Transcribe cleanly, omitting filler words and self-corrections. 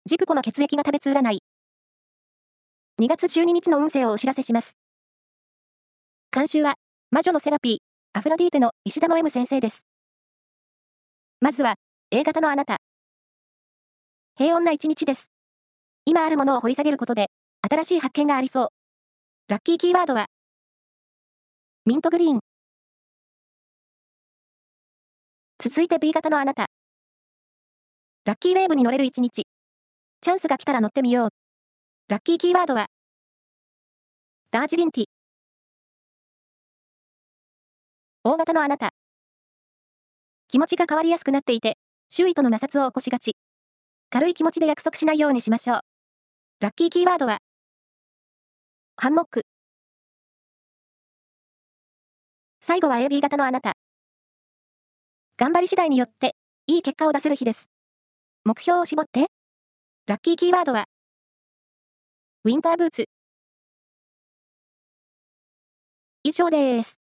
ジプコの血液が食べつ占い。2月12日の運勢をお知らせします。監修は、魔女のセラピー、アフロディーテの石田の M 先生です。まずは、A 型のあなた。平穏な一日です。今あるものを掘り下げることで、新しい発見がありそう。ラッキーキーワードは、ミントグリーン。続いて B 型のあなた。ラッキーウェーブに乗れる一日。チャンスが来たら乗ってみよう。ラッキーキーワードは、ダージリンティ。O 型のあなた。気持ちが変わりやすくなっていて、周囲との摩擦を起こしがち。軽い気持ちで約束しないようにしましょう。ラッキーキーワードは、ハンモック。最後は AB 型のあなた。頑張り次第によって、いい結果を出せる日です。目標を絞って。ラッキーキーワードは、ウィンターブーツ。以上です。